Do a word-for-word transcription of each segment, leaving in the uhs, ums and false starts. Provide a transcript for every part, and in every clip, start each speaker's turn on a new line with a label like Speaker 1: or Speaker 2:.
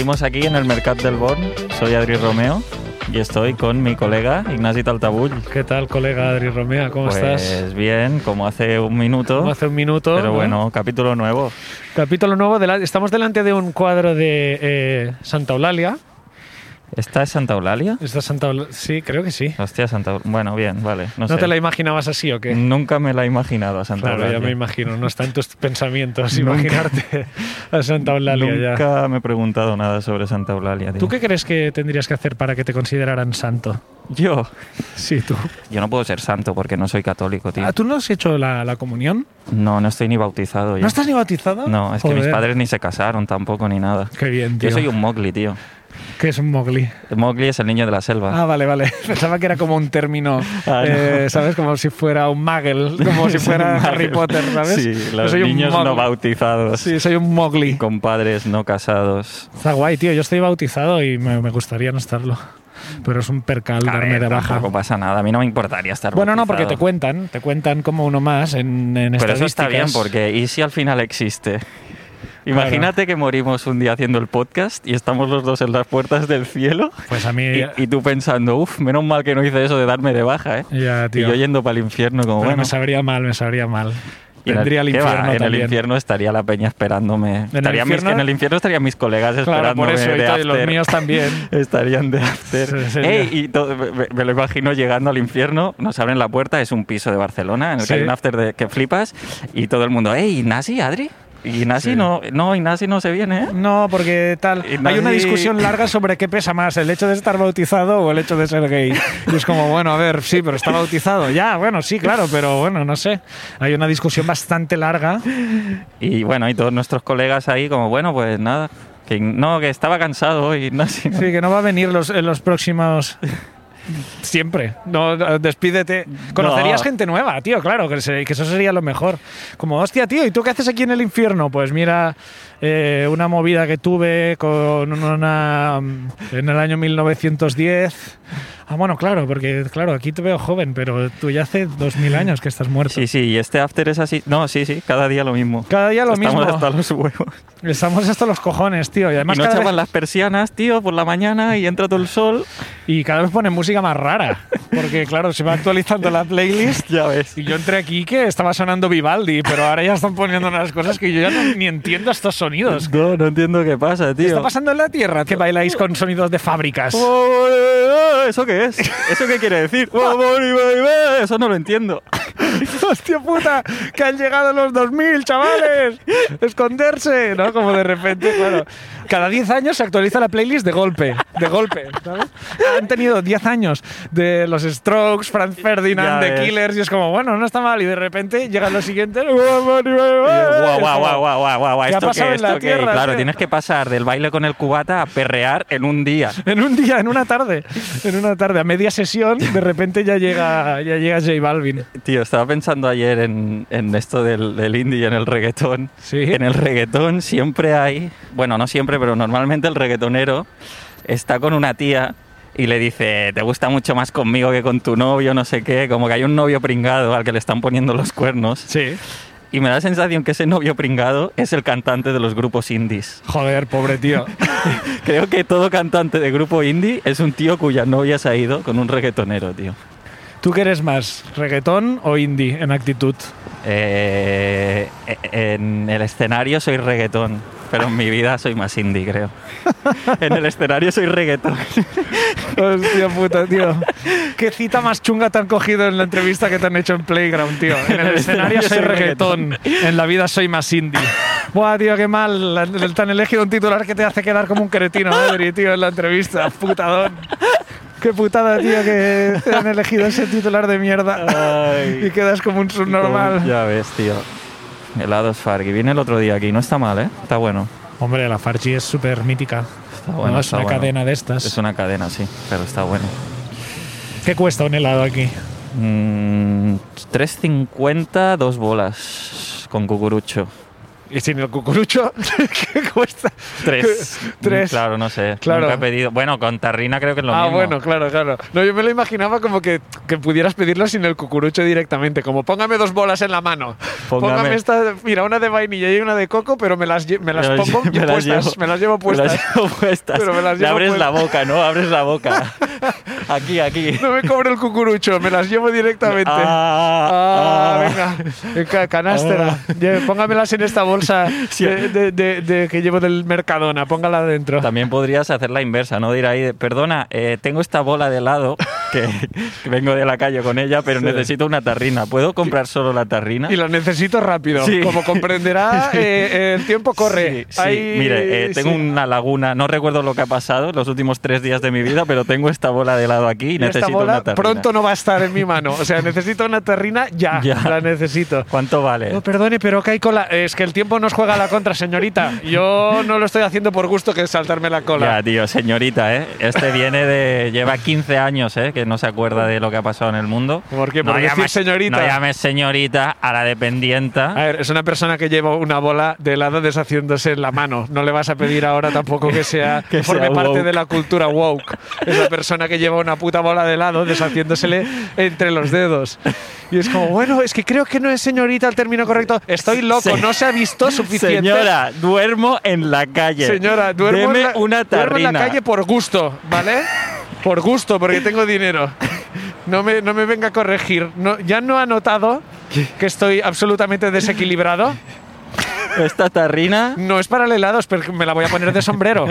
Speaker 1: Seguimos aquí en el Mercat del Born. Soy Adri Romeo y estoy con mi colega Ignasi Taltabull.
Speaker 2: ¿Qué tal, colega Adri Romeo? ¿Cómo
Speaker 1: pues
Speaker 2: estás?
Speaker 1: Pues bien, como hace un minuto.
Speaker 2: Como hace un minuto.
Speaker 1: Pero
Speaker 2: ¿no?
Speaker 1: bueno, capítulo nuevo.
Speaker 2: Capítulo nuevo. De la... Estamos delante de un cuadro de eh, Santa Eulalia.
Speaker 1: ¿Esta es Santa Eulalia?
Speaker 2: ¿Esta es Santa Eulalia? Sí, creo que sí.
Speaker 1: Hostia, Santa Eulalia. Bueno, bien, vale. No,
Speaker 2: ¿No
Speaker 1: sé.
Speaker 2: te la imaginabas así o qué?
Speaker 1: Nunca me la he imaginado a Santa
Speaker 2: Claro,
Speaker 1: Eulalia.
Speaker 2: ya me imagino. No está en tus pensamientos imaginarte a Santa Eulalia ya.
Speaker 1: Nunca me he preguntado nada sobre Santa Eulalia, tío.
Speaker 2: ¿Tú qué crees que tendrías que hacer para que te consideraran santo?
Speaker 1: ¿Yo?
Speaker 2: Sí, tú.
Speaker 1: Yo no puedo ser santo porque no soy católico, tío.
Speaker 2: Ah, ¿tú no has hecho la, la comunión?
Speaker 1: No, no estoy ni bautizado yo.
Speaker 2: ¿No estás ni bautizado?
Speaker 1: No, es
Speaker 2: Joder.
Speaker 1: que mis padres ni se casaron tampoco ni nada.
Speaker 2: Qué bien, tío.
Speaker 1: Yo soy un Mowgli, tío.
Speaker 2: ¿Qué es un Mowgli?
Speaker 1: Mowgli es el niño de la selva.
Speaker 2: Ah, vale, vale. Pensaba que era como un término,
Speaker 1: Ah, no.
Speaker 2: eh, ¿sabes? Como si fuera un Muggle, como si fuera
Speaker 1: Un
Speaker 2: Harry
Speaker 1: Muggle.
Speaker 2: Potter, ¿sabes?
Speaker 1: Sí,
Speaker 2: Yo
Speaker 1: los
Speaker 2: soy un
Speaker 1: niños
Speaker 2: Mowgli.
Speaker 1: no bautizados.
Speaker 2: Sí, soy un Mowgli.
Speaker 1: Con padres no casados.
Speaker 2: Está guay, tío. Yo estoy bautizado y me, me gustaría no estarlo. Pero es un percal
Speaker 1: A
Speaker 2: darme
Speaker 1: ver,
Speaker 2: de baja.
Speaker 1: tampoco pasa nada. A mí no me importaría estar
Speaker 2: Bueno, no,
Speaker 1: bautizado.
Speaker 2: porque te cuentan, te cuentan como uno más en, en
Speaker 1: Pero eso está
Speaker 2: estadísticas.
Speaker 1: bien, porque ¿y si al final existe? Imagínate que morimos un día haciendo el podcast y estamos los dos en las puertas del cielo
Speaker 2: Pues a mí...
Speaker 1: y, y tú pensando, uff, menos mal que no hice eso de darme de baja, ¿eh?
Speaker 2: Ya,
Speaker 1: Y
Speaker 2: tío.
Speaker 1: yo yendo para el infierno como,
Speaker 2: Pero
Speaker 1: bueno...
Speaker 2: me sabría mal, me sabría mal.
Speaker 1: Y en el-
Speaker 2: Tendría el
Speaker 1: ¿qué va?
Speaker 2: infierno
Speaker 1: En
Speaker 2: también.
Speaker 1: el infierno estaría la peña esperándome.
Speaker 2: el
Speaker 1: Estaría mis-
Speaker 2: infierno-
Speaker 1: en el infierno estarían mis colegas
Speaker 2: Claro,
Speaker 1: esperándome
Speaker 2: por eso, y,
Speaker 1: de
Speaker 2: todo, y los
Speaker 1: after.
Speaker 2: míos también.
Speaker 1: Estarían de after.
Speaker 2: Se- sería-
Speaker 1: Ey, y todo- me, me lo imagino llegando al infierno, nos abren la puerta, es un piso de Barcelona en el
Speaker 2: Sí.
Speaker 1: que hay un after de, que flipas y todo el mundo, ¡Ey, Ignasi, Adri! Y Ignasi
Speaker 2: Sí.
Speaker 1: no, no, Ignasi no se viene, ¿eh?
Speaker 2: No, porque tal.
Speaker 1: Y
Speaker 2: Hay una
Speaker 1: nadie-
Speaker 2: discusión larga sobre qué pesa más, el hecho de estar bautizado o el hecho de ser gay. Y es como, bueno, a ver, sí, pero está bautizado. Ya, bueno, sí, claro, pero bueno, no sé. Hay una discusión bastante larga.
Speaker 1: Y bueno, y todos nuestros colegas ahí como, bueno, pues nada, que no, que estaba cansado hoy, Ignasi. ¿no?
Speaker 2: Sí, que no va a venir los, en los próximos. Siempre. No, no, despídete. Conocerías
Speaker 1: No.
Speaker 2: gente nueva, tío, claro, que, se- que eso sería lo mejor. Como, hostia, tío, ¿y tú qué haces aquí en el infierno? Pues mira, eh, una movida que tuve con una. En el año mil novecientos diez. Ah, bueno, claro, porque claro, aquí te veo joven, pero tú ya hace dos mil años que estás muerto.
Speaker 1: Sí, sí, y este after es así. No, sí, sí, cada día lo mismo.
Speaker 2: Cada día lo
Speaker 1: Estamos
Speaker 2: mismo.
Speaker 1: hasta los huevos.
Speaker 2: Estamos hasta los cojones, tío. Y además
Speaker 1: y no
Speaker 2: cada
Speaker 1: echaban
Speaker 2: vez,
Speaker 1: las persianas, tío, por la mañana y entra todo el sol.
Speaker 2: y cada vez ponen música más rara. Porque, claro, se va actualizando la playlist.
Speaker 1: Ya ves.
Speaker 2: Y yo entré aquí que estaba sonando Vivaldi, pero ahora ya están poniendo unas cosas que yo ya no, ni entiendo estos sonidos. ¿Qué
Speaker 1: No, no entiendo qué pasa, tío.
Speaker 2: está pasando en la Tierra? Que bailáis con sonidos de fábricas.
Speaker 1: ¿Eso qué es? ¿Eso qué quiere decir? Eso no lo entiendo.
Speaker 2: ¡Hostia puta! ¡Que han llegado los dos mil, chavales! ¡Esconderse! ¿No? Como de repente, claro. Cada diez años se actualiza la playlist de golpe. De golpe, ¿sabes? Han tenido diez años de los Strokes, Franz Ferdinand,
Speaker 1: Ya
Speaker 2: de
Speaker 1: ves.
Speaker 2: Killers, y es como, bueno, no está mal. Y de repente llegan los siguientes.
Speaker 1: Guau, guau, guau, guau, guau, guau.
Speaker 2: ¿Qué ha
Speaker 1: ¿Esto
Speaker 2: pasado
Speaker 1: qué?
Speaker 2: en la
Speaker 1: ¿Esto qué?
Speaker 2: Tierra,
Speaker 1: Claro,
Speaker 2: tío?
Speaker 1: tienes que pasar del baile con el cubata a perrear en un día.
Speaker 2: En un día, en una tarde. En una tarde, a media sesión, de repente ya llega, ya llega J Balvin.
Speaker 1: Tío, estaba pensando ayer en, en esto del, del indie y en el reggaetón.
Speaker 2: Sí.
Speaker 1: En el reggaetón siempre hay, bueno, no siempre, pero normalmente el reggaetonero está con una tía y le dice, te gusta mucho más conmigo que con tu novio, no sé qué, como que hay un novio pringado al que le están poniendo los cuernos.
Speaker 2: Sí.
Speaker 1: Y me da la sensación que ese novio pringado es el cantante de los grupos indies.
Speaker 2: Joder, pobre tío.
Speaker 1: Creo que todo cantante de grupo indie es un tío cuya novia se ha ido con un reggaetonero, tío.
Speaker 2: ¿Tú qué eres más, reggaetón o indie en actitud?
Speaker 1: Eh, en el escenario soy reggaetón, pero en mi vida soy más indie, creo. En el escenario soy reggaetón.
Speaker 2: Hostia puta, tío. ¿Qué cita más chunga te han cogido en la entrevista que te han hecho en Playground, tío? En el escenario soy reggaetón, en la vida soy más indie. Buah, tío, qué mal. La- Te han elegido un titular que te hace quedar como un cretino, Adri, tío, en la entrevista. Putadón. Qué putada, tío, que te han elegido ese titular de mierda.
Speaker 1: Ay.
Speaker 2: Y quedas como un subnormal.
Speaker 1: Ya ves, tío. Helados Fargi. Vine el otro día aquí. No está mal, ¿eh? Está bueno.
Speaker 2: Hombre, la Farchi es súper mítica.
Speaker 1: Está bueno.
Speaker 2: No, es
Speaker 1: está
Speaker 2: una
Speaker 1: bueno.
Speaker 2: cadena de estas.
Speaker 1: Es una cadena, sí, pero está bueno.
Speaker 2: ¿Qué cuesta un helado aquí?
Speaker 1: Mm, tres cincuenta, dos bolas con cucurucho.
Speaker 2: Y sin el cucurucho, ¿qué cuesta?
Speaker 1: Tres.
Speaker 2: Tres.
Speaker 1: Claro, no sé.
Speaker 2: Claro.
Speaker 1: Nunca he pedido. Bueno, con tarrina creo que es lo
Speaker 2: ah,
Speaker 1: mismo.
Speaker 2: bueno, claro, claro. No, yo me lo imaginaba como que, que pudieras pedirlo sin el cucurucho directamente. Como póngame dos bolas en la mano.
Speaker 1: Póngame,
Speaker 2: póngame esta, mira, una de vainilla y una de coco, pero me las, me las
Speaker 1: me las
Speaker 2: pongo
Speaker 1: me las
Speaker 2: puestas.
Speaker 1: llevo,
Speaker 2: me las llevo puestas.
Speaker 1: Me las llevo puestas.
Speaker 2: Pero me las
Speaker 1: Le
Speaker 2: llevo
Speaker 1: abres
Speaker 2: puestas.
Speaker 1: la boca, ¿no? Abres la boca. Aquí, aquí.
Speaker 2: No me cobro el cucurucho, me las llevo directamente.
Speaker 1: Ah,
Speaker 2: Ah,
Speaker 1: ah.
Speaker 2: venga, venga, canástera. Lle- Póngamelas en esta bolsa
Speaker 1: Sí.
Speaker 2: de, de- de- de- que llevo del Mercadona, póngala dentro.
Speaker 1: También podrías hacer la inversa, ¿no? De ir ahí, de, perdona, eh, tengo esta bola de helado que, que vengo de la calle con ella, pero
Speaker 2: Sí.
Speaker 1: necesito una tarrina. ¿Puedo comprar solo la tarrina?
Speaker 2: Y lo necesito rápido.
Speaker 1: Sí.
Speaker 2: Como comprenderá,
Speaker 1: Sí.
Speaker 2: eh, el tiempo corre.
Speaker 1: Sí, sí.
Speaker 2: Ahí-
Speaker 1: Mire, eh, tengo
Speaker 2: sí.
Speaker 1: una laguna, no recuerdo lo que ha pasado los últimos tres días de mi vida, pero tengo esta bola de helado aquí y,
Speaker 2: Y esta
Speaker 1: necesito
Speaker 2: bola
Speaker 1: una tarrina.
Speaker 2: pronto no va a estar en mi mano. O sea, necesito una terrina ya.
Speaker 1: Ya.
Speaker 2: La necesito.
Speaker 1: ¿Cuánto vale?
Speaker 2: No, perdone, pero que hay cola. Es que el tiempo nos juega a la contra, señorita. Yo no lo estoy haciendo por gusto, que es saltarme la cola.
Speaker 1: Ya, tío, señorita, ¿eh? Este viene de... Lleva quince años, ¿eh? Que no se acuerda de lo que ha pasado en el mundo.
Speaker 2: ¿Por qué? Por
Speaker 1: no
Speaker 2: decir
Speaker 1: llames,
Speaker 2: señorita.
Speaker 1: No llames señorita a la dependienta.
Speaker 2: A ver, es una persona que lleva una bola de helado deshaciéndose en la mano. No le vas a pedir ahora tampoco que sea
Speaker 1: Que
Speaker 2: que forme
Speaker 1: sea
Speaker 2: parte
Speaker 1: woke.
Speaker 2: de la cultura woke. Esa persona que lleva una puta bola de helado deshaciéndosele entre los dedos. Y es como, bueno, es que creo que no es señorita el término correcto. Estoy loco,
Speaker 1: Se-
Speaker 2: no se ha visto suficiente.
Speaker 1: Señora, duermo en la calle.
Speaker 2: Señora, duermo,
Speaker 1: Deme
Speaker 2: en la,
Speaker 1: una
Speaker 2: duermo en
Speaker 1: tarrina.
Speaker 2: la calle por gusto, ¿vale? Por gusto, porque tengo dinero. No me, no me venga a corregir. No, ¿Ya no ha notado que estoy absolutamente desequilibrado?
Speaker 1: Esta tarrina...
Speaker 2: No es para el helado, es porque me la voy a poner de sombrero.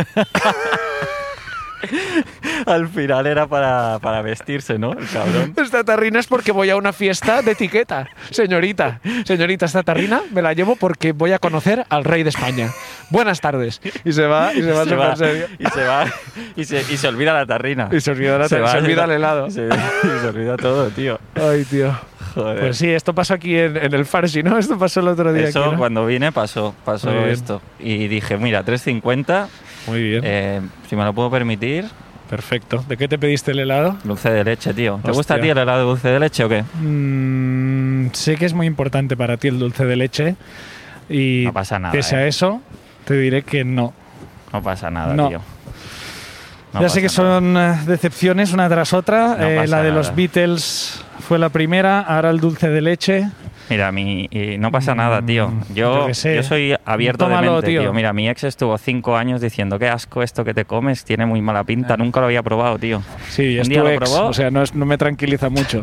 Speaker 1: Al final era para, para vestirse, ¿no? El cabrón.
Speaker 2: Esta tarrina es porque voy a una fiesta de etiqueta. Señorita, señorita, esta tarrina me la llevo porque voy a conocer al rey de España. Buenas tardes. Y se va, y se va
Speaker 1: se
Speaker 2: súper
Speaker 1: va,
Speaker 2: serio.
Speaker 1: y se va y se, y se olvida la tarrina.
Speaker 2: Y se olvida, la
Speaker 1: Se
Speaker 2: tar-
Speaker 1: va,
Speaker 2: se olvida el helado.
Speaker 1: y Se, y se olvida todo, tío.
Speaker 2: Ay, tío.
Speaker 1: Joder.
Speaker 2: Pues sí, esto pasó aquí en, en el Farsi, ¿no? Esto pasó el otro día
Speaker 1: Eso
Speaker 2: aquí, ¿no?
Speaker 1: cuando vine pasó, pasó
Speaker 2: Muy bien.
Speaker 1: esto. Y dije, mira, tres cincuenta,
Speaker 2: Muy bien.
Speaker 1: eh, si me lo puedo permitir,
Speaker 2: Perfecto. ¿De qué te pediste el helado?
Speaker 1: dulce de leche, tío. ¿Te
Speaker 2: Hostia.
Speaker 1: gusta a ti el helado de dulce de leche o qué?
Speaker 2: Mm, sé que es muy importante para ti el dulce de leche. Y
Speaker 1: No pasa nada,
Speaker 2: pese
Speaker 1: eh.
Speaker 2: a eso, te diré que no.
Speaker 1: No pasa nada,
Speaker 2: No.
Speaker 1: tío. No
Speaker 2: ya sé que
Speaker 1: pasa nada.
Speaker 2: son eh, decepciones una tras otra.
Speaker 1: No
Speaker 2: Eh,
Speaker 1: pasa
Speaker 2: la de los
Speaker 1: nada.
Speaker 2: Beatles fue la primera, ahora el dulce de leche.
Speaker 1: Mira, mi, y no pasa nada, tío. Yo,
Speaker 2: yo qué sé.
Speaker 1: yo soy abierto
Speaker 2: Tómalo,
Speaker 1: de mente, tío.
Speaker 2: tío.
Speaker 1: Mira, mi ex estuvo cinco años diciendo qué asco esto que te comes, tiene muy mala pinta. Nunca lo había probado, tío.
Speaker 2: Sí,
Speaker 1: Un
Speaker 2: es
Speaker 1: día
Speaker 2: tu
Speaker 1: lo
Speaker 2: ex,
Speaker 1: probó.
Speaker 2: o sea, no, es- no me tranquiliza mucho.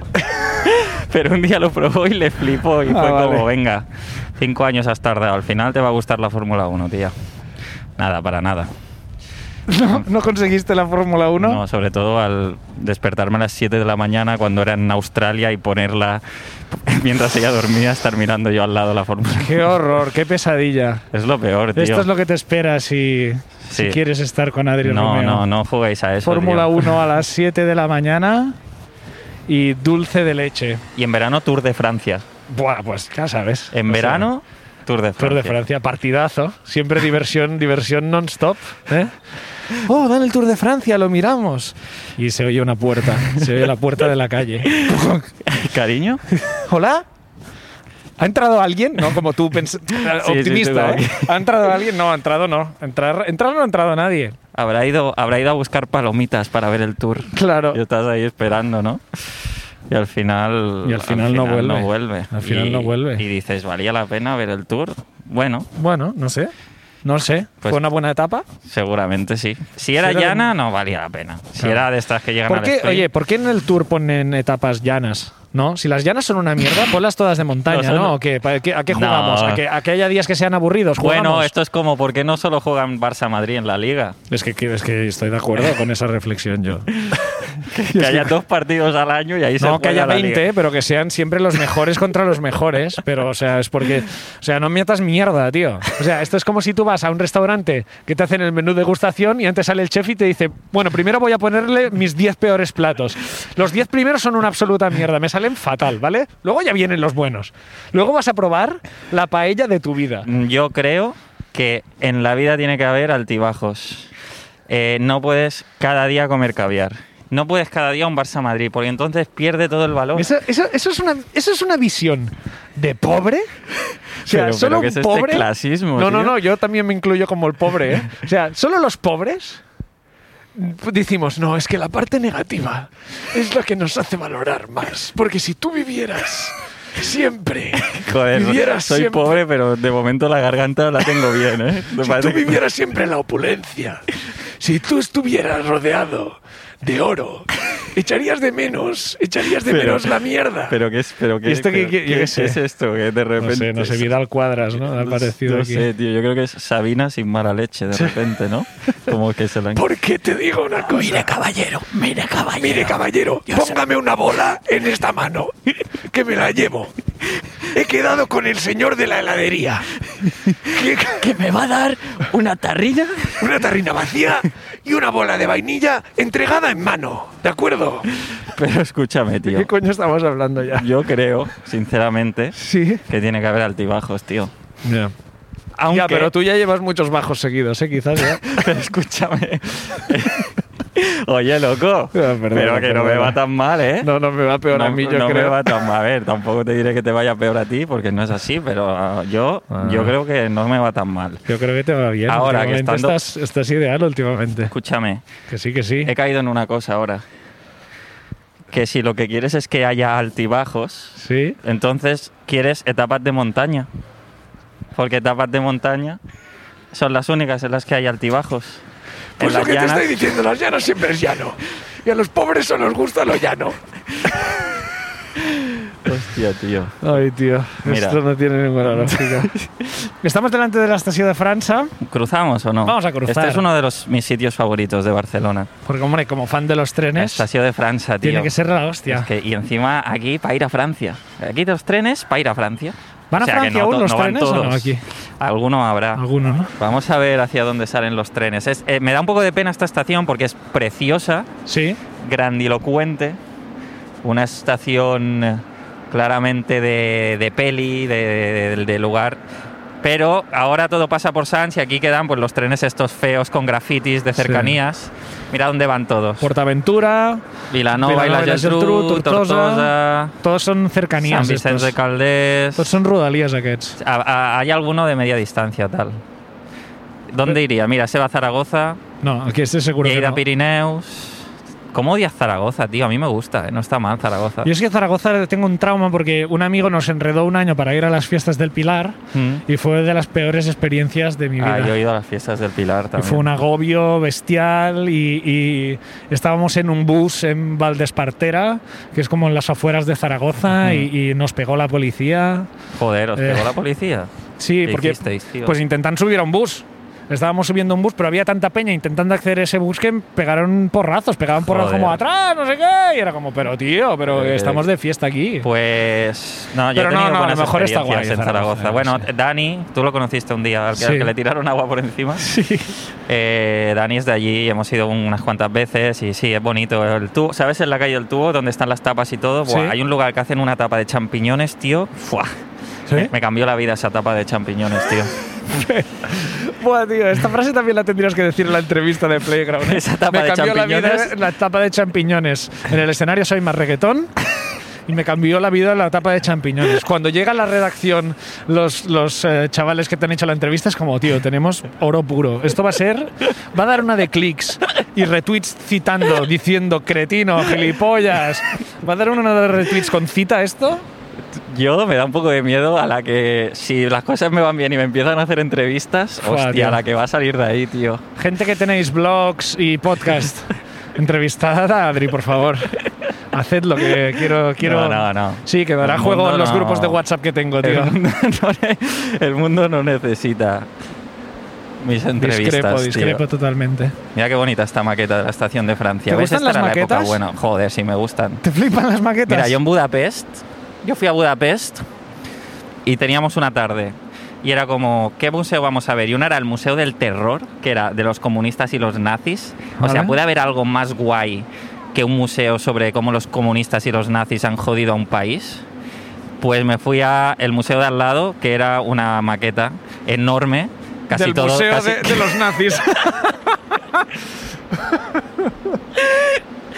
Speaker 1: Pero un día lo probó y le flipó y
Speaker 2: Ah,
Speaker 1: fue
Speaker 2: vale.
Speaker 1: como, venga, cinco años has tardado, al final te va a gustar la Fórmula uno, tío. Nada, para nada.
Speaker 2: ¿No, ¿No conseguiste la Fórmula uno?
Speaker 1: No, sobre todo al despertarme a las siete de la mañana cuando era en Australia y ponerla mientras ella dormía, estar mirando yo al lado la Fórmula uno.
Speaker 2: Qué horror, qué pesadilla.
Speaker 1: Es lo peor, tío.
Speaker 2: Esto es lo que te espera si, si
Speaker 1: Sí.
Speaker 2: quieres estar con Adri
Speaker 1: No,
Speaker 2: Romeo.
Speaker 1: no, no juguéis a eso,
Speaker 2: Fórmula
Speaker 1: tío.
Speaker 2: uno a las siete de la mañana y dulce de leche.
Speaker 1: Y en verano Tour de Francia.
Speaker 2: Buah, pues ya sabes.
Speaker 1: En
Speaker 2: O sea,
Speaker 1: verano Tour de Francia.
Speaker 2: Tour de Francia, partidazo. Siempre diversión, diversión non-stop. ¿eh? Oh, dan el Tour de Francia, lo miramos. Y se oye una puerta, se oye la puerta de la calle.
Speaker 1: ¿Cariño?
Speaker 2: ¿Hola? ¿Ha entrado alguien? No, como tú, pens-
Speaker 1: sí,
Speaker 2: optimista.
Speaker 1: sí,
Speaker 2: ¿eh? ¿Ha entrado alguien? No, ha entrado no. Entrar, entrar no ha entrado nadie.
Speaker 1: Habrá ido, habrá ido a buscar palomitas para ver el Tour.
Speaker 2: Claro.
Speaker 1: Y estás ahí esperando, ¿no? Y al final...
Speaker 2: Y al final no vuelve.
Speaker 1: no vuelve.
Speaker 2: Al final
Speaker 1: Y-
Speaker 2: no vuelve.
Speaker 1: Y dices, ¿valía la pena ver el Tour? Bueno,
Speaker 2: Bueno, no sé. No sé.
Speaker 1: Pues-
Speaker 2: ¿Fue una buena etapa?
Speaker 1: seguramente sí. Si era
Speaker 2: Si era
Speaker 1: llana, no valía la pena. Si
Speaker 2: Claro.
Speaker 1: era de estas que llegan
Speaker 2: ¿Por
Speaker 1: al
Speaker 2: qué,
Speaker 1: sprint,
Speaker 2: oye, ¿por qué en el Tour ponen etapas llanas? ¿No? Si las llanas son una mierda, ponlas todas de montaña,
Speaker 1: No, son-
Speaker 2: ¿no? ¿O qué? ¿Para qué- ¿A qué
Speaker 1: No.
Speaker 2: jugamos? ¿A que, a que haya días que sean aburridos?
Speaker 1: Bueno,
Speaker 2: ¿Jugamos?
Speaker 1: esto es como, ¿por qué no solo juegan Barça-Madrid en la Liga?
Speaker 2: Es que, que- es que estoy de acuerdo con esa reflexión yo.
Speaker 1: Que haya dos partidos al año y ahí se
Speaker 2: No que
Speaker 1: juega
Speaker 2: haya
Speaker 1: la Liga.
Speaker 2: veinte, pero que sean siempre los mejores contra los mejores. Pero, o sea, es porque. O sea, no metas mierda, tío. O sea, esto es como si tú vas a un restaurante que te hacen el menú degustación y antes sale el chef y te dice: bueno, primero voy a ponerle mis diez peores platos. Los diez primeros son una absoluta mierda, me salen fatal, ¿vale? Luego ya vienen los buenos. Luego vas a probar la paella de tu vida.
Speaker 1: Yo creo que en la vida tiene que haber altibajos. Eh, no puedes cada día comer caviar. no puedes cada día un Barça-Madrid, porque entonces pierde todo el valor.
Speaker 2: Eso, eso, eso, es una, eso es una visión de pobre. O sea,
Speaker 1: pero,
Speaker 2: solo
Speaker 1: pero ¿qué es
Speaker 2: un pobre.
Speaker 1: Este clasismo,
Speaker 2: no, no,
Speaker 1: tío?
Speaker 2: no, yo también me incluyo como el pobre, ¿eh? O sea, solo los pobres decimos, no, es que la parte negativa es la que nos hace valorar más. Porque si tú vivieras siempre,
Speaker 1: Joder,
Speaker 2: vivieras
Speaker 1: soy
Speaker 2: siempre,
Speaker 1: pobre, pero de momento la garganta la tengo bien, ¿eh? Me
Speaker 2: si
Speaker 1: parece
Speaker 2: tú
Speaker 1: que-
Speaker 2: vivieras siempre en la opulencia, si tú estuvieras rodeado de oro, echarías de menos, echarías de
Speaker 1: Pero-
Speaker 2: menos la mierda.
Speaker 1: Pero qué es, pero qué,
Speaker 2: ¿Y esto qué-
Speaker 1: pero
Speaker 2: qué- yo
Speaker 1: qué
Speaker 2: qué
Speaker 1: es
Speaker 2: sé?
Speaker 1: esto que de repente
Speaker 2: no sé, no sé, Vidal Cuadras, ¿no? Ha aparecido
Speaker 1: no
Speaker 2: aquí.
Speaker 1: sé, tío, yo creo que es Sabina sin mala leche de repente, ¿no? Como que se la han...
Speaker 2: Porque te digo una cosa.
Speaker 1: Mire, caballero, mire, caballero.
Speaker 2: Mire, caballero, póngame una bola en esta mano, que me la llevo. He quedado con el señor de la heladería. Que-
Speaker 1: ¿Que me va a dar una tarrina?
Speaker 2: Una tarrina vacía y una bola de vainilla entregada en mano. ¿De acuerdo?
Speaker 1: Pero escúchame,
Speaker 2: ¿De
Speaker 1: tío.
Speaker 2: qué coño estamos hablando ya?
Speaker 1: Yo creo, sinceramente,
Speaker 2: Sí.
Speaker 1: que tiene que haber altibajos, tío.
Speaker 2: Ya.
Speaker 1: Aunque...
Speaker 2: Ya, pero tú ya llevas muchos bajos seguidos, ¿eh? Quizás ya.
Speaker 1: Pero escúchame. Oye, loco.
Speaker 2: Ya, perdona,
Speaker 1: pero que no me
Speaker 2: perdona.
Speaker 1: va tan mal, ¿eh?
Speaker 2: No, no me va peor
Speaker 1: no,
Speaker 2: a mí, yo
Speaker 1: no
Speaker 2: creo.
Speaker 1: me va tan mal. A ver, tampoco te diré que te vaya peor a ti, porque no es así, pero ah, yo,
Speaker 2: Ah.
Speaker 1: yo creo que no me va tan mal.
Speaker 2: Yo creo que te va bien.
Speaker 1: Ahora que
Speaker 2: Últimamente
Speaker 1: estando-
Speaker 2: estás, estás ideal últimamente.
Speaker 1: Escúchame,
Speaker 2: Que sí, que sí.
Speaker 1: he caído en una cosa ahora. Que si lo que quieres es que haya altibajos,
Speaker 2: Sí.
Speaker 1: entonces quieres etapas de montaña. Porque etapas de montaña son las únicas en las que hay altibajos.
Speaker 2: Pues
Speaker 1: En
Speaker 2: lo
Speaker 1: las
Speaker 2: que te
Speaker 1: llanas-
Speaker 2: estoy diciendo, las llanas siempre es llano. Y a los pobres solo nos gusta lo llano.
Speaker 1: Hostia, tío.
Speaker 2: Ay, tío,
Speaker 1: Mira.
Speaker 2: esto no tiene ninguna lógica. Estamos delante de la estación de Francia,
Speaker 1: ¿Cruzamos o no?
Speaker 2: Vamos a cruzar.
Speaker 1: Este es uno de los, mis sitios favoritos de Barcelona.
Speaker 2: porque, hombre, como fan de los
Speaker 1: La
Speaker 2: trenes,
Speaker 1: estación de Francia, tío.
Speaker 2: tiene que ser la hostia.
Speaker 1: Es que, y encima aquí para ir a Francia. Aquí los trenes para ir a Francia.
Speaker 2: ¿Van a
Speaker 1: O sea, que
Speaker 2: Francia
Speaker 1: no
Speaker 2: aún
Speaker 1: to-
Speaker 2: los
Speaker 1: no van
Speaker 2: trenes o no
Speaker 1: todos.
Speaker 2: aquí?
Speaker 1: Alguno habrá.
Speaker 2: Alguno, ¿no?
Speaker 1: Vamos a ver hacia dónde salen los trenes. Es, eh, me da un poco de pena esta estación porque es preciosa,
Speaker 2: Sí.
Speaker 1: grandilocuente, una estación eh, claramente de, de peli, de, de- de lugar. Pero ahora todo pasa por Sants y aquí quedan pues los trenes estos feos con grafitis de cercanías. Mira dónde van todos.
Speaker 2: Portaventura,
Speaker 1: Vilanova, y la
Speaker 2: Vilanova,
Speaker 1: Geltrú,
Speaker 2: Geltrú, Tortosa.
Speaker 1: Tortosa,
Speaker 2: todos son cercanías.
Speaker 1: Sant Vicenç
Speaker 2: estos.
Speaker 1: de Calders.
Speaker 2: Todos son rodalías aquests.
Speaker 1: A- a- Hay alguno de media distancia, tal. ¿Dónde iría? Mira, se va a Zaragoza,
Speaker 2: No, aquí estoy seguro que
Speaker 1: Lleida,
Speaker 2: no.
Speaker 1: Pirineus. ¿Cómo odias Zaragoza, tío? A mí me gusta, ¿eh? No está mal Zaragoza.
Speaker 2: Yo es que Zaragoza tengo un trauma porque un amigo nos enredó un año para ir a las fiestas del Pilar
Speaker 1: Mm.
Speaker 2: y fue de las peores experiencias de mi vida.
Speaker 1: Ah, yo he ido a las fiestas del Pilar
Speaker 2: Y
Speaker 1: también.
Speaker 2: fue un agobio bestial y, y estábamos en un bus en Valdespartera, que es como en las afueras de Zaragoza,
Speaker 1: Ujú.
Speaker 2: y, y nos pegó la policía.
Speaker 1: Joder, ¿os
Speaker 2: Eh,
Speaker 1: pegó la policía?
Speaker 2: Sí,
Speaker 1: ¿Qué
Speaker 2: porque
Speaker 1: hicisteis, tío?
Speaker 2: pues intentan subir a un bus. Estábamos subiendo un bus, pero había tanta peña intentando acceder a ese bus que pegaron porrazos, pegaban porrazos
Speaker 1: Joder.
Speaker 2: como atrás, no sé qué, y era como, pero tío, pero
Speaker 1: Eh,
Speaker 2: estamos de fiesta aquí.
Speaker 1: Pues no, yo
Speaker 2: Pero
Speaker 1: he
Speaker 2: no,
Speaker 1: tenido
Speaker 2: no, a lo
Speaker 1: buenas
Speaker 2: mejor está
Speaker 1: experiencias
Speaker 2: guay
Speaker 1: en Zaragoza.
Speaker 2: Zaragoza,
Speaker 1: Bueno,
Speaker 2: sí.
Speaker 1: Dani, tú lo conociste un día, al que, al
Speaker 2: Sí.
Speaker 1: que le tiraron agua por encima.
Speaker 2: Sí.
Speaker 1: Eh, Dani es de allí, hemos ido unas cuantas veces y sí, es bonito. El tubo, ¿sabes en la calle del Tubo, donde están las tapas y todo? Buah,
Speaker 2: Sí.
Speaker 1: hay un lugar que hacen una tapa de champiñones, tío. Fuah.
Speaker 2: ¿Sí?
Speaker 1: Me, me cambió la vida esa tapa de champiñones, tío.
Speaker 2: Buah, tío, esta frase también la tendrías que decir en la entrevista de Playground. ¿eh?
Speaker 1: Esa tapa
Speaker 2: me
Speaker 1: de
Speaker 2: cambió la
Speaker 1: champiñones.
Speaker 2: vida la tapa de champiñones. En el escenario soy más reggaetón. Y me cambió la vida la tapa de champiñones. Cuando llega a la redacción los, los eh, chavales que te han hecho la entrevista, es como, tío, tenemos oro puro. Esto va a ser, va a dar una de clics y retweets citando, diciendo cretino, gilipollas. ¿Va a dar una de retweets con cita esto?
Speaker 1: Yo me da un poco de miedo a la que, si las cosas me van bien y me empiezan a hacer entrevistas,
Speaker 2: Fua,
Speaker 1: hostia,
Speaker 2: tío.
Speaker 1: la que va a salir de ahí, tío.
Speaker 2: Gente que tenéis blogs y podcast, entrevistad a Adri, por favor. Hacedlo, que quiero... quiero...
Speaker 1: No, no, no.
Speaker 2: Sí, que dará
Speaker 1: El
Speaker 2: juego
Speaker 1: mundo
Speaker 2: en los
Speaker 1: no.
Speaker 2: grupos de WhatsApp que tengo, tío.
Speaker 1: El mundo, no, ne- el mundo no necesita mis entrevistas,
Speaker 2: Discrepo,
Speaker 1: tío.
Speaker 2: discrepo totalmente.
Speaker 1: Mira qué bonita esta maqueta de la estación de Francia.
Speaker 2: ¿Te
Speaker 1: ¿Ves?
Speaker 2: gustan
Speaker 1: Esta
Speaker 2: las
Speaker 1: era la época
Speaker 2: maquetas?
Speaker 1: buena. Joder, sí me gustan.
Speaker 2: ¿Te flipan las maquetas?
Speaker 1: Mira, yo en Budapest, yo fui a Budapest y teníamos una tarde. Y era como, ¿qué museo vamos a ver? Y una era el Museo del Terror, que era de los comunistas y los nazis. O sea,
Speaker 2: Vale.
Speaker 1: ¿puede haber algo más guay que un museo sobre cómo los comunistas y los nazis han jodido a un país? Pues me fui a el museo de al lado, que era una maqueta enorme, casi
Speaker 2: Del
Speaker 1: todo...
Speaker 2: museo
Speaker 1: casi-
Speaker 2: de, de los nazis.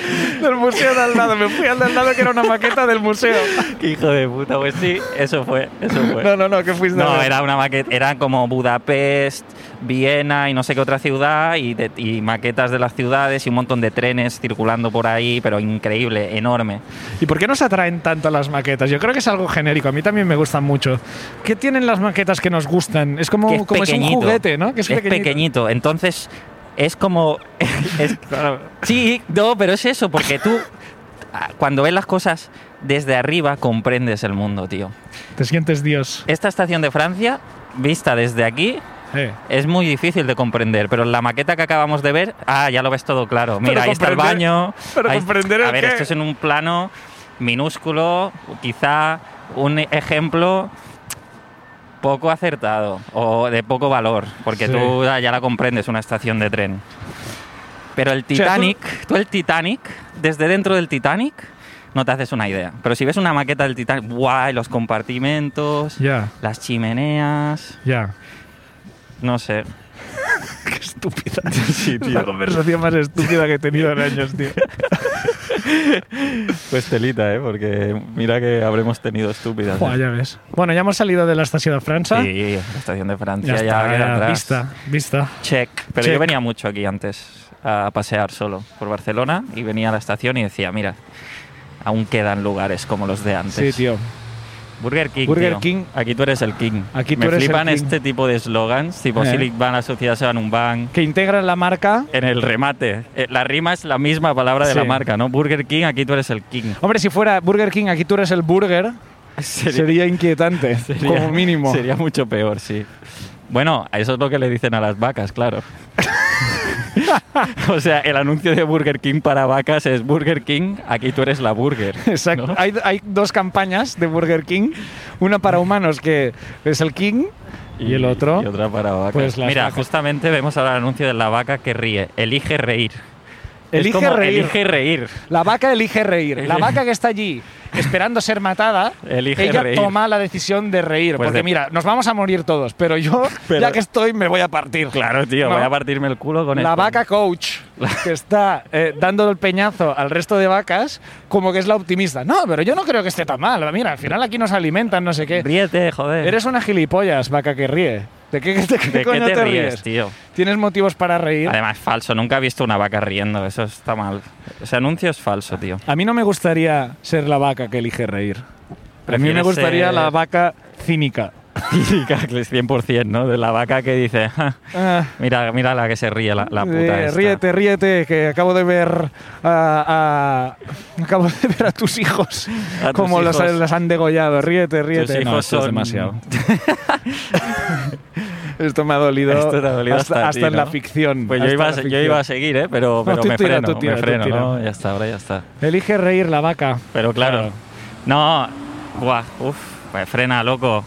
Speaker 2: del museo de al lado. Me fui al de al lado que era una maqueta del museo.
Speaker 1: Qué hijo de puta, pues sí, eso fue, eso fue.
Speaker 2: No, no, no, ¿qué fuiste a
Speaker 1: No,
Speaker 2: ver?
Speaker 1: era una maqueta, era como Budapest, Viena y no sé qué otra ciudad y, de, y maquetas de las ciudades y un montón de trenes circulando por ahí, pero increíble, enorme.
Speaker 2: ¿Y por qué nos atraen tanto las maquetas? Yo creo que es algo genérico, a mí también me gustan mucho. ¿Qué tienen las maquetas que nos gustan? Es como,
Speaker 1: Que es
Speaker 2: como es un
Speaker 1: pequeñito,
Speaker 2: juguete, ¿no? Que
Speaker 1: es pequeñito. Entonces es como... es- sí, no, pero es eso, porque tú cuando ves las cosas desde arriba comprendes el mundo, tío.
Speaker 2: Te sientes Dios.
Speaker 1: Esta estación de Francia, vista desde aquí,
Speaker 2: Eh.
Speaker 1: es muy difícil de comprender, pero en la maqueta que acabamos de ver, ah, ya lo ves todo claro. Mira,
Speaker 2: Pero
Speaker 1: ahí está el
Speaker 2: comprender-
Speaker 1: baño.
Speaker 2: pero
Speaker 1: ahí-
Speaker 2: comprender el
Speaker 1: A ver,
Speaker 2: qué.
Speaker 1: esto es en un plano minúsculo, quizá un ejemplo poco acertado o de poco valor, porque
Speaker 2: Sí.
Speaker 1: tú ya la comprendes, una estación de tren. Pero el
Speaker 2: sea, tú-
Speaker 1: Titanic, tú el Titanic, desde dentro del Titanic, no te haces una idea. Pero si ves una maqueta del Titanic, guay, los compartimentos,
Speaker 2: Ya,
Speaker 1: las chimeneas,
Speaker 2: ya.
Speaker 1: no sé.
Speaker 2: Qué estúpida.
Speaker 1: Sí, tío.
Speaker 2: La conversación más estúpida que he tenido en años, tío.
Speaker 1: Pues telita, ¿eh? Porque mira que habremos tenido estúpidas.
Speaker 2: Buah, ya ves. Bueno, ya hemos salido de la estación de Francia.
Speaker 1: Sí, la estación de Francia
Speaker 2: Ya
Speaker 1: ya,
Speaker 2: está,
Speaker 1: queda
Speaker 2: ya,
Speaker 1: atrás.
Speaker 2: vista, vista.
Speaker 1: Check. Pero
Speaker 2: Check.
Speaker 1: yo venía mucho aquí antes a pasear solo por Barcelona y venía a la estación y decía, mira, aún quedan lugares como los de antes.
Speaker 2: Sí, tío.
Speaker 1: Burger King,
Speaker 2: Burger
Speaker 1: tío.
Speaker 2: King.
Speaker 1: Aquí tú eres el king.
Speaker 2: Aquí tú
Speaker 1: Me
Speaker 2: eres el
Speaker 1: flipan
Speaker 2: king.
Speaker 1: este tipo de eslogans, tipo
Speaker 2: Eh.
Speaker 1: Silicon Van, la sociedad se va en un van.
Speaker 2: Que integran la marca.
Speaker 1: En el remate. Eh, La rima es la misma palabra de
Speaker 2: Sí.
Speaker 1: la marca, ¿no? Burger King, aquí tú eres el king.
Speaker 2: Hombre, si fuera Burger King, aquí tú eres el burger, sería, inquietante,
Speaker 1: sería-
Speaker 2: como mínimo.
Speaker 1: Sería mucho peor, sí. Bueno, eso es lo que le dicen a las vacas, claro. O sea, el anuncio de Burger King para vacas es Burger King, aquí tú eres la burger.
Speaker 2: Exacto.
Speaker 1: ¿no?
Speaker 2: Hay, hay dos campañas de Burger King. Una para humanos, que es el King, y, el otro.
Speaker 1: Y otra para vacas.
Speaker 2: pues las
Speaker 1: Mira,
Speaker 2: vacas.
Speaker 1: justamente vemos ahora el anuncio de la vaca que ríe. Elige reír. Es
Speaker 2: Elige
Speaker 1: como,
Speaker 2: reír.
Speaker 1: Elige reír.
Speaker 2: La vaca elige reír. La vaca que está allí esperando ser matada,
Speaker 1: Elige
Speaker 2: ella
Speaker 1: reír.
Speaker 2: toma la decisión de reír.
Speaker 1: Pues
Speaker 2: porque
Speaker 1: de-
Speaker 2: mira, nos vamos a morir todos, pero yo,
Speaker 1: Pero-
Speaker 2: ya que estoy, me voy a partir.
Speaker 1: Claro, tío,
Speaker 2: ¿No?
Speaker 1: voy a partirme el culo con
Speaker 2: La
Speaker 1: esto.
Speaker 2: vaca coach, que está eh, dando el peñazo al resto de vacas, como que es la optimista. No, pero yo no creo que esté tan mal. Mira, al final aquí nos alimentan, no sé qué.
Speaker 1: Ríete, joder.
Speaker 2: Eres una gilipollas, vaca que ríe. ¿De qué, de qué
Speaker 1: ¿De qué
Speaker 2: coño
Speaker 1: te,
Speaker 2: te,
Speaker 1: ríes,
Speaker 2: ríes?
Speaker 1: tío?
Speaker 2: ¿Tienes motivos para reír?
Speaker 1: Además, falso. Nunca he visto una vaca riendo. Eso está mal. Ese anuncio es falso, tío.
Speaker 2: A mí no me gustaría ser la vaca que elige reír. A mí me
Speaker 1: Prefieres
Speaker 2: gustaría
Speaker 1: ser-
Speaker 2: la vaca cínica.
Speaker 1: cien por ciento, ¿no? De la vaca que dice, "Ja,
Speaker 2: Ah,
Speaker 1: mira, mira la que se ríe, la, la puta
Speaker 2: eh,
Speaker 1: esta".
Speaker 2: ríete, ríete, que acabo de ver a, a- acabo de ver a tus hijos
Speaker 1: A tus
Speaker 2: como los,
Speaker 1: hijos.
Speaker 2: los han degollado. Ríete, ríete.
Speaker 1: Tus
Speaker 2: No,
Speaker 1: hijos
Speaker 2: esto es
Speaker 1: son-
Speaker 2: demasiado. Esto me ha dolido,
Speaker 1: Esto te ha dolido
Speaker 2: hasta,
Speaker 1: hasta a
Speaker 2: hasta
Speaker 1: ti,
Speaker 2: en
Speaker 1: ¿no?
Speaker 2: la ficción.
Speaker 1: Pues yo
Speaker 2: hasta
Speaker 1: iba, a,
Speaker 2: en la
Speaker 1: yo
Speaker 2: ficción.
Speaker 1: iba a seguir, ¿eh? Pero,
Speaker 2: No,
Speaker 1: pero
Speaker 2: tú
Speaker 1: me
Speaker 2: tira,
Speaker 1: freno,
Speaker 2: tú tira,
Speaker 1: me
Speaker 2: tú
Speaker 1: freno,
Speaker 2: tira.
Speaker 1: ¿no? Ya está, ahora ya está.
Speaker 2: Elige reír la vaca.
Speaker 1: Pero claro, no, buah, uff, me frena, loco.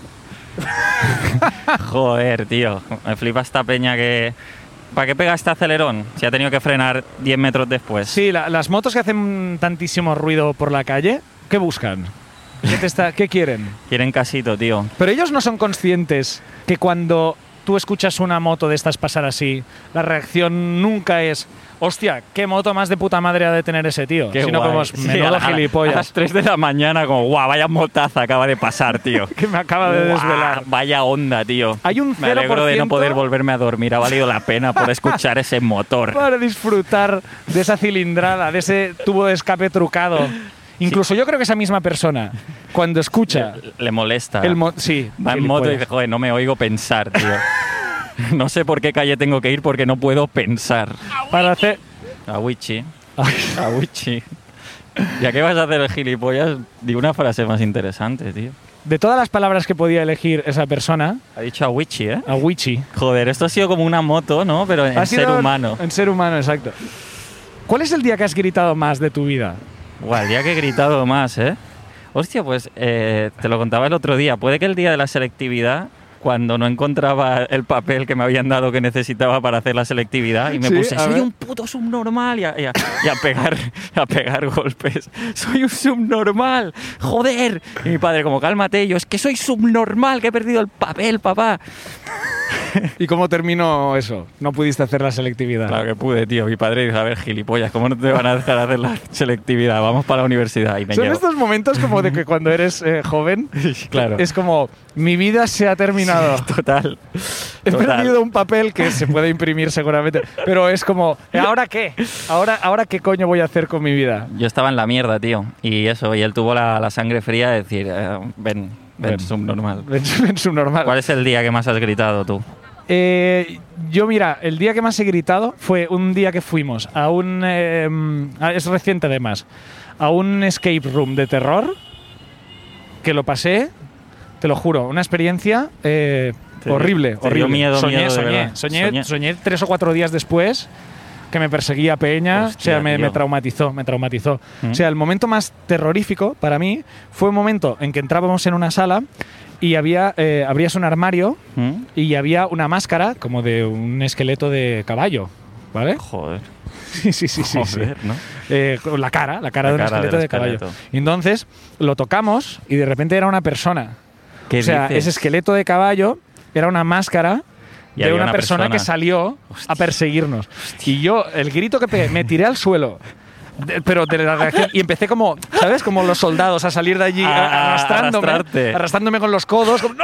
Speaker 1: Joder, tío, me flipa esta peña que... ¿Para qué pega este acelerón? Si ha tenido que frenar diez metros después.
Speaker 2: Sí, la- las motos que hacen tantísimo ruido por la calle, ¿qué buscan? ¿Qué, te está- qué quieren?
Speaker 1: Quieren casito, tío.
Speaker 2: Pero ellos no son conscientes que cuando tú escuchas una moto de estas pasar así, la reacción nunca es hostia, qué moto más de puta madre ha de tener ese tío.
Speaker 1: Qué
Speaker 2: Sino
Speaker 1: guay.
Speaker 2: como
Speaker 1: Sí,
Speaker 2: menudo
Speaker 1: a la- a la-
Speaker 2: gilipollas.
Speaker 1: A las tres de la mañana, como, guau, vaya motaza acaba de pasar, tío.
Speaker 2: Que me acaba de
Speaker 1: Guau,
Speaker 2: desvelar.
Speaker 1: Vaya onda, tío.
Speaker 2: Hay un
Speaker 1: Me alegro de
Speaker 2: cero por
Speaker 1: no
Speaker 2: ciento
Speaker 1: poder volverme a dormir. Ha valido la pena por escuchar ese motor.
Speaker 2: Para disfrutar de esa cilindrada, de ese tubo de escape trucado. Incluso yo creo que esa misma persona, cuando escucha
Speaker 1: Le, le molesta.
Speaker 2: el mo- sí,
Speaker 1: Va en moto y
Speaker 2: gilipollas.
Speaker 1: dice, joder, no me oigo pensar, tío. No sé por qué calle tengo que ir porque no puedo pensar.
Speaker 2: para hacer
Speaker 1: A Wichi. A Wichi. ¿Ya qué vas a hacer el gilipollas? Di una frase más interesante, tío.
Speaker 2: de todas las palabras que podía elegir esa persona,
Speaker 1: Ha dicho a Wichi, ¿eh?
Speaker 2: a Wichi.
Speaker 1: Joder, esto ha sido como una moto, ¿no? Pero en
Speaker 2: Ha
Speaker 1: ser
Speaker 2: sido
Speaker 1: humano.
Speaker 2: En ser humano, exacto. ¿Cuál es el día que has gritado más de tu vida?
Speaker 1: Buah, el día que he gritado más, ¿eh? Hostia, pues eh, te lo contaba el otro día. Puede que el día de la selectividad, cuando no encontraba el papel que me habían dado que necesitaba para hacer la selectividad, y me
Speaker 2: Sí,
Speaker 1: puse,
Speaker 2: a
Speaker 1: soy
Speaker 2: ver.
Speaker 1: un puto subnormal, y a, y a- y a pegar, a pegar golpes. Soy un subnormal, joder. Y mi padre, como, cálmate, y yo, es que soy subnormal, que he perdido el papel, papá.
Speaker 2: ¿Y cómo terminó eso? ¿No pudiste hacer la selectividad?
Speaker 1: Claro que pude, tío. Mi padre dijo, a ver, gilipollas, ¿cómo no te van a dejar hacer la selectividad? Vamos para la universidad. Y me
Speaker 2: Son
Speaker 1: llevo.
Speaker 2: estos momentos como de que cuando eres eh, joven,
Speaker 1: Claro.
Speaker 2: es como, mi vida se ha terminado.
Speaker 1: Total.
Speaker 2: He
Speaker 1: Total.
Speaker 2: perdido un papel que se puede imprimir seguramente, pero es como, ¿ahora qué? ¿Ahora, ¿Ahora qué coño voy a hacer con mi vida?
Speaker 1: Yo estaba en la mierda, tío. Y eso, y él tuvo la, la sangre fría de decir, eh, ven, ven,
Speaker 2: Ven.
Speaker 1: subnormal.
Speaker 2: En subnormal.
Speaker 1: ¿Cuál es el día que más has gritado tú?
Speaker 2: Eh, yo, mira, el día que más he gritado fue un día que fuimos a un... eh, a- es reciente además, a un escape room de terror, que lo pasé, te lo juro, una experiencia eh,
Speaker 1: Te-
Speaker 2: horrible,
Speaker 1: te dio
Speaker 2: horrible.
Speaker 1: miedo,
Speaker 2: soñé,
Speaker 1: miedo, de
Speaker 2: soñé,
Speaker 1: verdad.
Speaker 2: soñé,
Speaker 1: Soñé.
Speaker 2: soñé tres o cuatro días después que me perseguía Peña,
Speaker 1: Hostia,
Speaker 2: o sea, me,
Speaker 1: tío.
Speaker 2: me traumatizó, me traumatizó.
Speaker 1: ¿Mm?
Speaker 2: O sea, el momento más terrorífico para mí fue un momento en que entrábamos en una sala y había, eh, abrías un armario
Speaker 1: ¿Mm?
Speaker 2: y había una máscara como de un esqueleto de caballo, ¿vale?
Speaker 1: Joder.
Speaker 2: Sí, sí, sí, sí. sí.
Speaker 1: Joder, ¿no?
Speaker 2: Eh, con la cara, la cara
Speaker 1: La
Speaker 2: de un
Speaker 1: cara
Speaker 2: esqueleto
Speaker 1: del
Speaker 2: de caballo.
Speaker 1: esqueleto.
Speaker 2: Y entonces lo tocamos y de repente era una persona.
Speaker 1: ¿Qué
Speaker 2: O sea,
Speaker 1: dices?
Speaker 2: ese esqueleto de caballo era una máscara
Speaker 1: Y
Speaker 2: de
Speaker 1: había
Speaker 2: una,
Speaker 1: una
Speaker 2: persona,
Speaker 1: persona.
Speaker 2: que salió a perseguirnos. Y yo, el grito que pegué, me tiré al suelo. de- pero de la reacción. Y empecé como, ¿sabes? Como los soldados a salir de allí
Speaker 1: A-
Speaker 2: a- arrastrándome.
Speaker 1: arrastrarte.
Speaker 2: Arrastrándome con los codos. Como, ¡no!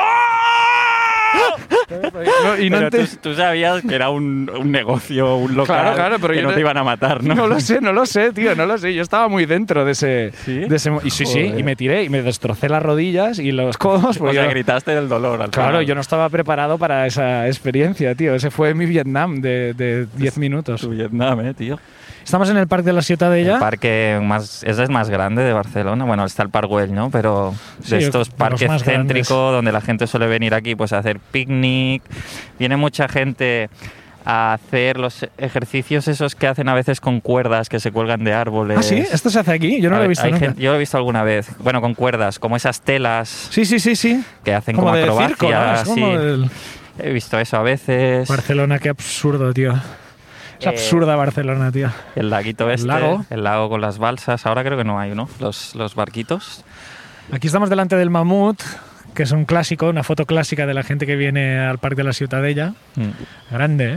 Speaker 2: No, y no
Speaker 1: Pero tú,
Speaker 2: ente-
Speaker 1: tú sabías que era un, un negocio, un local,
Speaker 2: Claro, claro, pero
Speaker 1: que
Speaker 2: yo
Speaker 1: no
Speaker 2: no-
Speaker 1: te iban a matar, ¿no?
Speaker 2: No lo sé, no lo sé, tío, no lo sé. Yo estaba muy dentro de ese.
Speaker 1: ¿Sí?
Speaker 2: De ese mo- y sí, sí,
Speaker 1: Joder.
Speaker 2: y me tiré y me destrocé las rodillas y los codos.
Speaker 1: O
Speaker 2: porque
Speaker 1: sea,
Speaker 2: yo-
Speaker 1: gritaste del dolor al
Speaker 2: claro,
Speaker 1: final.
Speaker 2: yo no estaba preparado para esa experiencia, tío. Ese fue mi Vietnam de de diez minutos.
Speaker 1: Tu Vietnam, eh, tío.
Speaker 2: Estamos en el Parque de la Ciutadella.
Speaker 1: El parque más, ese es más grande de Barcelona. Bueno, está el Parc Güell, ¿no? Pero
Speaker 2: Sí,
Speaker 1: de estos
Speaker 2: de los
Speaker 1: parques
Speaker 2: más
Speaker 1: céntricos
Speaker 2: grandes.
Speaker 1: donde la gente suele venir aquí pues a hacer picnic. Viene mucha gente a hacer los ejercicios esos que hacen a veces con cuerdas que se cuelgan de árboles.
Speaker 2: Ah, sí, esto se hace aquí. Yo no lo he
Speaker 1: Hay-
Speaker 2: visto
Speaker 1: hay
Speaker 2: nunca.
Speaker 1: gente- yo lo he visto alguna vez. Bueno, con cuerdas, como esas telas
Speaker 2: Sí, sí, sí, sí.
Speaker 1: que hacen
Speaker 2: Como
Speaker 1: como,
Speaker 2: de
Speaker 1: acrobacia.
Speaker 2: circo, ¿no? Es como
Speaker 1: sí.
Speaker 2: del-
Speaker 1: He visto eso a veces.
Speaker 2: Barcelona, qué absurdo, tío. Es
Speaker 1: Eh,
Speaker 2: absurda Barcelona, tío.
Speaker 1: El laguito
Speaker 2: El
Speaker 1: este,
Speaker 2: lago.
Speaker 1: el lago con las balsas. Ahora creo que no hay, ¿no? Los, los barquitos.
Speaker 2: Aquí estamos delante del Mamut, que es un clásico, una foto clásica de la gente que viene al Parque de la Ciutadella.
Speaker 1: Mm.
Speaker 2: Grande, ¿eh?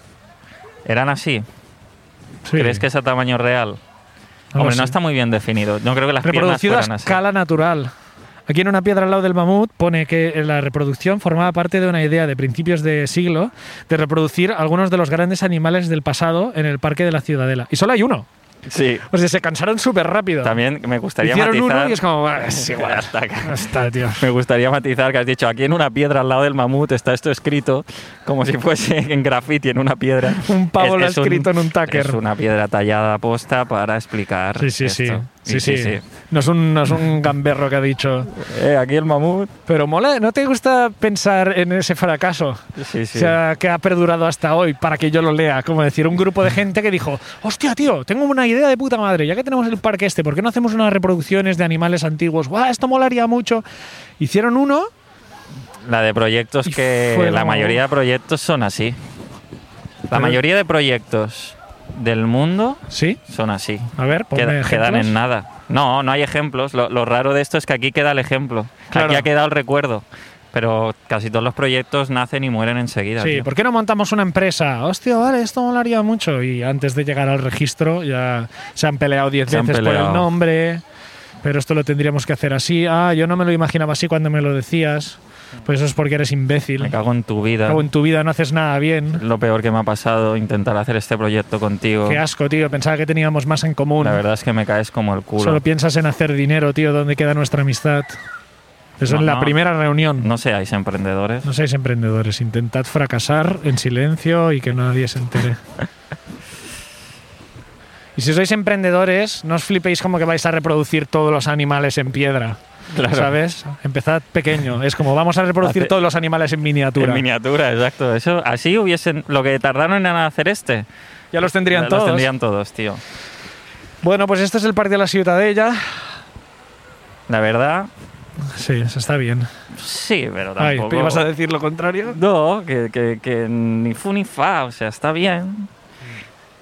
Speaker 1: ¿Eran así?
Speaker 2: Sí.
Speaker 1: ¿Crees que es a tamaño real?
Speaker 2: No lo
Speaker 1: Hombre, no
Speaker 2: sé.
Speaker 1: está muy bien definido. No creo que las piernas
Speaker 2: Reproducido a
Speaker 1: fueran así.
Speaker 2: escala natural. Aquí en una piedra al lado del mamut pone que la reproducción formaba parte de una idea de principios de siglo de reproducir algunos de los grandes animales del pasado en el Parque de la Ciudadela. Y solo hay uno.
Speaker 1: Sí.
Speaker 2: O sea, se cansaron súper rápido.
Speaker 1: También me gustaría
Speaker 2: Hicieron
Speaker 1: matizar.
Speaker 2: uno y es como, "Bah, es igual".
Speaker 1: Ya está.
Speaker 2: Ya está, tío.
Speaker 1: Me gustaría matizar que has dicho aquí en una piedra al lado del mamut está esto escrito como si fuese en graffiti en una piedra.
Speaker 2: Un pavo
Speaker 1: Es-
Speaker 2: lo ha
Speaker 1: es un-
Speaker 2: escrito en un tacker.
Speaker 1: Es una piedra tallada a posta para explicar.
Speaker 2: Sí, sí, sí.
Speaker 1: esto.
Speaker 2: Sí,
Speaker 1: Y
Speaker 2: sí. No, es un, no es un gamberro que ha dicho.
Speaker 1: Eh, aquí el mamut.
Speaker 2: Pero mola, ¿no te gusta pensar en ese fracaso?
Speaker 1: Sí, sí.
Speaker 2: O sea, que ha perdurado hasta hoy para que yo lo lea. Como decir, un grupo de gente que dijo, hostia, tío, tengo una idea de puta madre. Ya que tenemos el parque este, ¿por qué no hacemos unas reproducciones de animales antiguos? ¡Guau, esto molaría mucho! Hicieron uno.
Speaker 1: La de proyectos
Speaker 2: Y
Speaker 1: que
Speaker 2: fue
Speaker 1: la
Speaker 2: como-
Speaker 1: mayoría de proyectos son así. La
Speaker 2: Pero-
Speaker 1: mayoría de proyectos del mundo
Speaker 2: ¿Sí?
Speaker 1: son así.
Speaker 2: A ver, ponme
Speaker 1: Queda- quedan
Speaker 2: ejemplos.
Speaker 1: en nada. No, no hay ejemplos. Lo, lo raro de esto es que aquí queda el ejemplo.
Speaker 2: Claro.
Speaker 1: Aquí ha quedado el recuerdo. Pero casi todos los proyectos nacen y mueren enseguida.
Speaker 2: Sí,
Speaker 1: tío.
Speaker 2: ¿por qué no montamos una empresa? Hostia, vale, esto molaría mucho. Y antes de llegar al registro ya se han peleado diez
Speaker 1: Se han
Speaker 2: veces por
Speaker 1: peleado.
Speaker 2: el nombre. Pero esto lo tendríamos que hacer así. Ah, yo no me lo imaginaba así cuando me lo decías. Pues eso es porque eres imbécil.
Speaker 1: Me cago en tu vida.
Speaker 2: Cago en tu vida, no haces nada bien.
Speaker 1: Lo peor que me ha pasado intentar hacer este proyecto contigo.
Speaker 2: Qué asco, tío. Pensaba que teníamos más en común.
Speaker 1: La verdad es que me caes como el culo.
Speaker 2: Solo piensas en hacer dinero, tío. ¿Dónde queda nuestra amistad? Eso
Speaker 1: No,
Speaker 2: en la
Speaker 1: no.
Speaker 2: primera reunión. No.
Speaker 1: No seáis emprendedores.
Speaker 2: seáis emprendedores. Intentad fracasar en silencio y que nadie se entere. Y si sois emprendedores, no os flipéis como que vais a reproducir todos los animales en piedra.
Speaker 1: Claro.
Speaker 2: ¿Sabes? Empezad pequeño. Es como vamos a reproducir
Speaker 1: Hace-
Speaker 2: todos los animales en miniatura.
Speaker 1: En miniatura, exacto. Eso, así hubiesen. Lo que tardaron en hacer este.
Speaker 2: ya los tendrían
Speaker 1: los
Speaker 2: todos.
Speaker 1: tendrían todos, tío.
Speaker 2: Bueno, pues este es el Parque de la Ciutadella.
Speaker 1: La verdad,
Speaker 2: Sí, eso está bien.
Speaker 1: sí, pero
Speaker 2: Ay,
Speaker 1: tampoco.
Speaker 2: ¿ibas a decir lo contrario?
Speaker 1: No, que, que, que ni fu ni fa, o sea, está bien.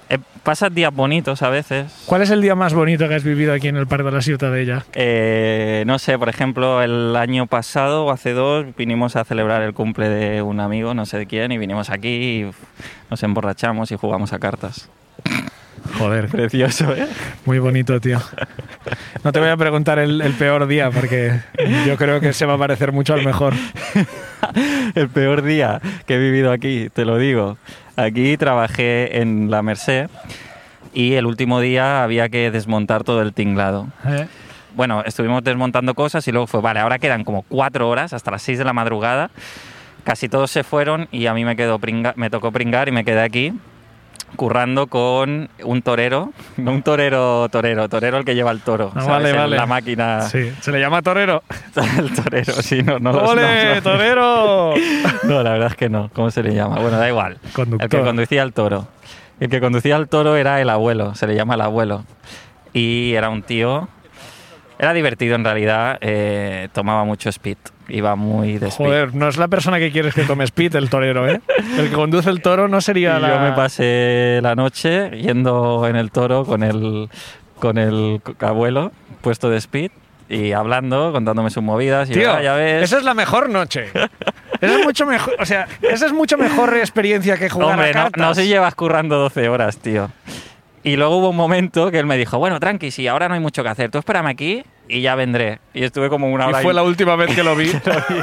Speaker 1: eh, pasas días bonitos a veces.
Speaker 2: ¿Cuál es el día más bonito que has vivido aquí en el Parc de la Ciutadella?
Speaker 1: Eh, no sé, por ejemplo, el año pasado o hace dos vinimos a celebrar el cumple de un amigo, no sé de quién, y vinimos aquí y uf, nos emborrachamos y jugamos a cartas.
Speaker 2: Joder,
Speaker 1: Precioso, ¿eh?
Speaker 2: muy bonito, tío. No te voy a preguntar el, el peor día porque yo creo que se va a parecer mucho al mejor.
Speaker 1: El peor día que he vivido aquí, te lo digo. Aquí trabajé en la Merced y el último día había que desmontar todo el tinglado.
Speaker 2: ¿Eh?
Speaker 1: Bueno, estuvimos desmontando cosas y luego fue, vale, ahora quedan como cuatro horas hasta las seis de la madrugada. Casi todos se fueron y a mí me, quedó pringa, me tocó pringar y me quedé aquí currando con un torero, no un torero torero, torero el que lleva el toro,
Speaker 2: Ah,
Speaker 1: ¿sabes?
Speaker 2: vale,
Speaker 1: En
Speaker 2: vale.
Speaker 1: La máquina.
Speaker 2: Sí, se le llama torero.
Speaker 1: El torero, sí, no, no lo
Speaker 2: ¡Ole,
Speaker 1: no, no.
Speaker 2: torero!
Speaker 1: No, la verdad es que no. ¿Cómo se le llama? Bueno, da igual.
Speaker 2: Conductor.
Speaker 1: El que conducía el toro. El que conducía el toro era el abuelo, se le llama el abuelo. Y era un tío... Era divertido en realidad, eh, tomaba mucho speed, iba muy de speed.
Speaker 2: Joder, no es la persona que quieres que tome speed el torero, ¿eh? El que conduce el toro no sería
Speaker 1: Y
Speaker 2: la...
Speaker 1: yo me pasé la noche yendo en el toro con el, con el abuelo puesto de speed y hablando, contándome sus movidas. Y
Speaker 2: Tío,
Speaker 1: ah, ya ves.
Speaker 2: esa es la mejor noche. Esa es mucho mejor, o sea, esa es mucho mejor experiencia que jugar
Speaker 1: Hombre,
Speaker 2: a
Speaker 1: no,
Speaker 2: cartas.
Speaker 1: no si llevas currando doce horas, tío. Y luego hubo un momento que él me dijo, bueno, tranqui, si ahora no hay mucho que hacer, tú espérame aquí y ya vendré. Y estuve como una hora
Speaker 2: Y fue
Speaker 1: y...
Speaker 2: la última vez que lo vi.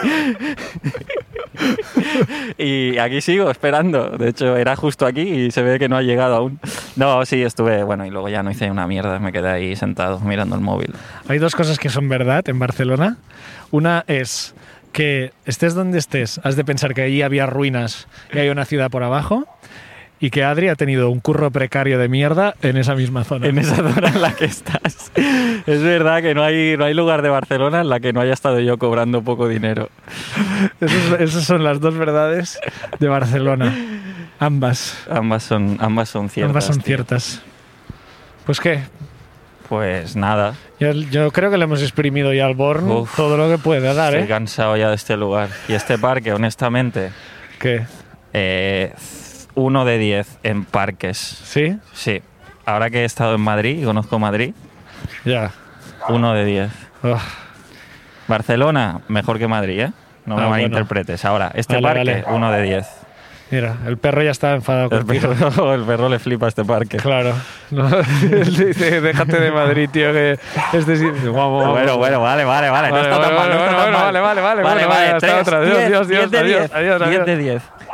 Speaker 1: Y aquí sigo esperando. De hecho, era justo aquí y se ve que no ha llegado aún. No, sí, estuve... Bueno, y luego ya no hice una mierda. Me quedé ahí sentado mirando el móvil.
Speaker 2: Hay dos cosas que son verdad en Barcelona. Una es que estés donde estés, has de pensar que allí había ruinas y hay una ciudad por abajo. Y que Adri ha tenido un curro precario de mierda en esa misma zona.
Speaker 1: En esa zona en la que estás. Es verdad que no hay, no hay lugar de Barcelona en la que no haya estado yo cobrando poco dinero.
Speaker 2: Esas, esas son las dos verdades de Barcelona. Ambas.
Speaker 1: Ambas son, ambas son ciertas.
Speaker 2: Ambas son
Speaker 1: tío.
Speaker 2: ciertas. Pues qué,
Speaker 1: Pues nada.
Speaker 2: yo, yo creo que le hemos exprimido ya al Born
Speaker 1: Uf,
Speaker 2: todo lo que puede dar,
Speaker 1: Estoy
Speaker 2: ¿eh?
Speaker 1: cansado ya de este lugar. Y este parque, honestamente,
Speaker 2: ¿Qué?
Speaker 1: eh, uno de diez en parques.
Speaker 2: ¿Sí?
Speaker 1: Sí. Ahora que he estado en Madrid y conozco Madrid,
Speaker 2: Ya.
Speaker 1: uno de diez.
Speaker 2: Uf.
Speaker 1: Barcelona, mejor que Madrid, ¿eh? No me
Speaker 2: Ah, bueno.
Speaker 1: malinterpretes. Ahora, este
Speaker 2: Vale,
Speaker 1: parque,
Speaker 2: vale.
Speaker 1: uno de diez.
Speaker 2: Mira, el perro ya está enfadado
Speaker 1: El
Speaker 2: contigo.
Speaker 1: perro, el perro le flipa este parque.
Speaker 2: Claro. No, él dice, déjate de Madrid, tío, que este sí... Vamos, vamos.
Speaker 1: Bueno, bueno, vale, vale, vale. No
Speaker 2: Vale,
Speaker 1: está tan
Speaker 2: vale,
Speaker 1: mal, no
Speaker 2: vale,
Speaker 1: está tan
Speaker 2: bueno,
Speaker 1: mal.
Speaker 2: vale, vale, vale,
Speaker 1: Vale,
Speaker 2: bueno,
Speaker 1: vale,
Speaker 2: hasta
Speaker 1: tres,
Speaker 2: otra. Adiós,
Speaker 1: diez,
Speaker 2: Dios, Dios,
Speaker 1: diez de
Speaker 2: adiós,
Speaker 1: diez,
Speaker 2: adiós,
Speaker 1: diez
Speaker 2: adiós.
Speaker 1: de diez.